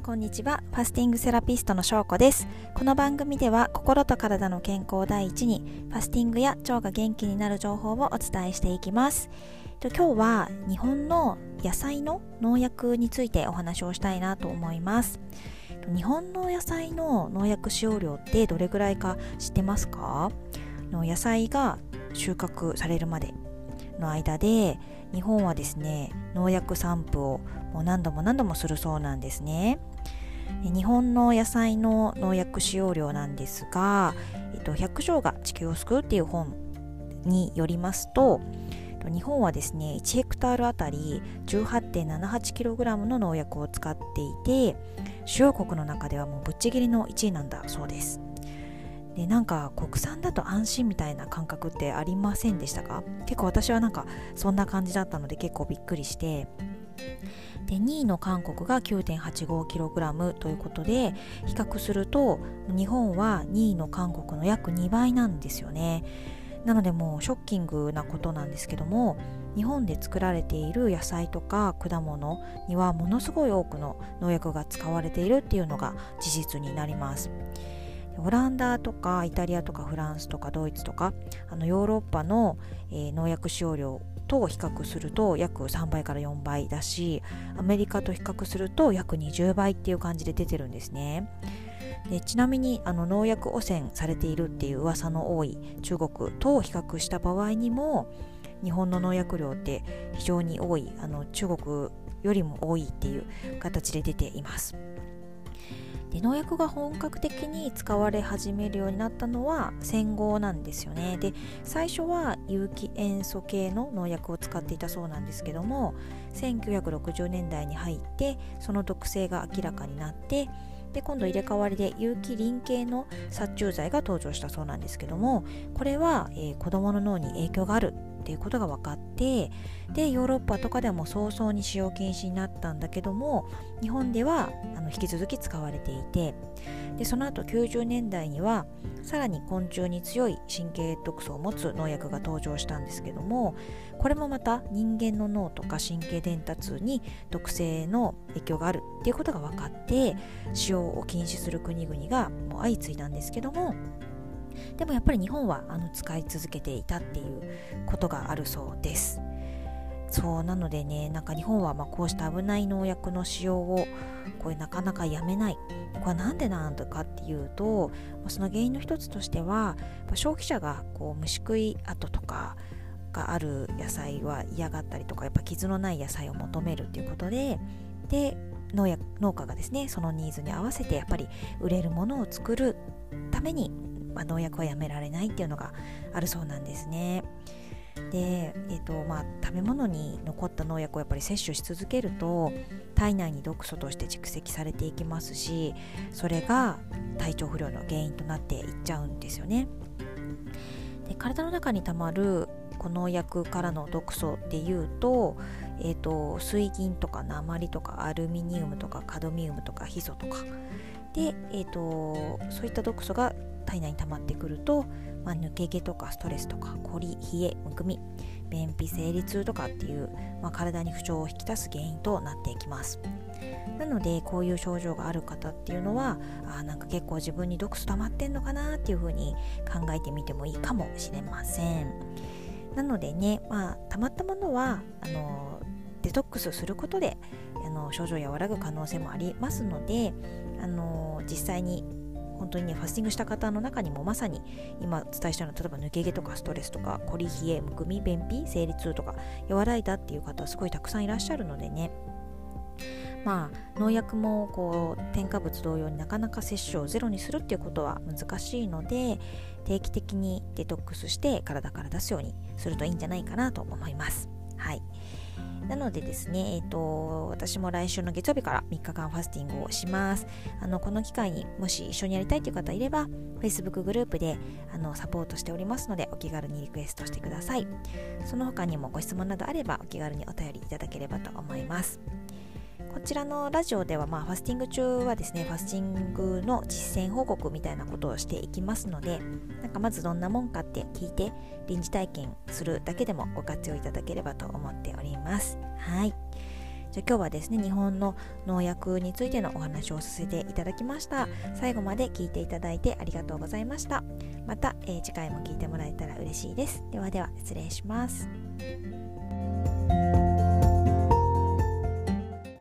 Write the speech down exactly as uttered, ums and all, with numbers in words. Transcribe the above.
んこんにちは。ファスティングセラピストのしょうこです。この番組では心と体の健康を第一にファスティングや腸が元気になる情報をお伝えしていきます。今日は日本の野菜の農薬についてお話をしたいなと思います。日本の野菜の農薬使用量ってどれぐらいか知ってますか？野菜が収穫されるまでの間で日本はですね、農薬散布をもう何度も何度もするそうなんですね。日本の野菜の農薬使用量なんですが、えっと、ひゃく条が地球を救うっていう本によりますと、日本はですねいちヘクタールあたり じゅうはちてんななはちキログラム の農薬を使っていて、主要国の中ではもうぶっちぎりのいちいなんだそうです。でなんか国産だと安心みたいな感覚ってありませんでしたか？結構私はなんかそんな感じだったので結構びっくりして、でにいの韓国が きゅうてんはちごキログラム ということで、比較すると日本はにいの韓国の約にばいなんですよね。なのでもうショッキングなことなんですけども、日本で作られている野菜とか果物にはものすごい多くの農薬が使われているっていうのが事実になります。オランダとかイタリアとかフランスとかドイツとかあのヨーロッパの、えー、農薬使用量と比較すると約さんばいからよんばいだし、アメリカと比較すると約にじゅうばいっていう感じで出てるんですね。でちなみにあの農薬汚染されているっていう噂の多い中国と比較した場合にも、日本の農薬量って非常に多い、あの中国よりも多いっていう形で出ています。で農薬が本格的に使われ始めるようになったのは戦後なんですよね。で最初は有機塩素系の農薬を使っていたそうなんですけども、せんきゅうひゃくろくじゅうねんだいに入ってその毒性が明らかになって、で今度入れ替わりで有機リン系の殺虫剤が登場したそうなんですけども、これは、えー、子どもの脳に影響があるっていうことが分かって、でヨーロッパとかでも早々に使用禁止になったんだけども、日本ではあの引き続き使われていて、でその後きゅうじゅうねんだいにはさらに昆虫に強い神経毒素を持つ農薬が登場したんですけども、これもまた人間の脳とか神経伝達に毒性の影響があるっていうことが分かって、使用を禁止する国々がもう相次いだんですけども、でもやっぱり日本はあの使い続けていたっていうことがあるそうです。そうなのでね、なんか日本はまあこうした危ない農薬の使用をこれなかなかやめない。これはなんでなんだかっていうと、その原因の一つとしては消費者がこう虫食い跡とかがある野菜は嫌がったりとか、やっぱ傷のない野菜を求めるっていうことで、で農薬農家がですねそのニーズに合わせてやっぱり売れるものを作るために、まあ、農薬はやめられないっていうのがあるそうなんですね。で、えーとまあ、食べ物に残った農薬をやっぱり摂取し続けると体内に毒素として蓄積されていきますし、それが体調不良の原因となっていっちゃうんですよね。で体の中にたまるこの農薬からの毒素でいうと、えーと水銀とか鉛とかアルミニウムとかカドミウムとかヒ素とかで、えーとそういった毒素が体内に溜まってくると、まあ、抜け毛とかストレスとかコリ、冷え、むくみ、便秘、生理痛とかっていう、まあ、体に不調を引き出す原因となっていきます。なのでこういう症状がある方っていうのは、あなんか結構自分に毒素溜まってんのかなっていう風に考えてみてもいいかもしれません。なのでね、まあ、溜まったものはあのデトックスすることであの症状を和らぐ可能性もありますので、あの実際に本当にねファスティングした方の中にもまさに今お伝えしたのは、例えば抜け毛とかストレスとかコリ、冷え、むくみ、便秘、生理痛とか和らいだっていう方はすごいたくさんいらっしゃるのでね、まあ農薬もこう添加物同様になかなか摂取をゼロにするっていうことは難しいので、定期的にデトックスして体から出すようにするといいんじゃないかなと思います。はい。なのでですね、えーと、私も来週の月曜日からみっかかんファスティングをします。あのこの機会にもし一緒にやりたいという方いれば Facebook グループであのサポートしておりますので、お気軽にリクエストしてください。その他にもご質問などあればお気軽にお便りいただければと思います。こちらのラジオでは、まあ、ファスティング中はですねファスティングの実践報告みたいなことをしていきますので、なんかまずどんなもんかって聞いて臨時体験するだけでもご活用いただければと思っております。はい。 じゃあ今日はですね、日本の農薬についてのお話をさせていただきました。最後まで聞いていただいてありがとうございました。また、えー、次回も聞いてもらえたら嬉しいです。ではでは失礼します。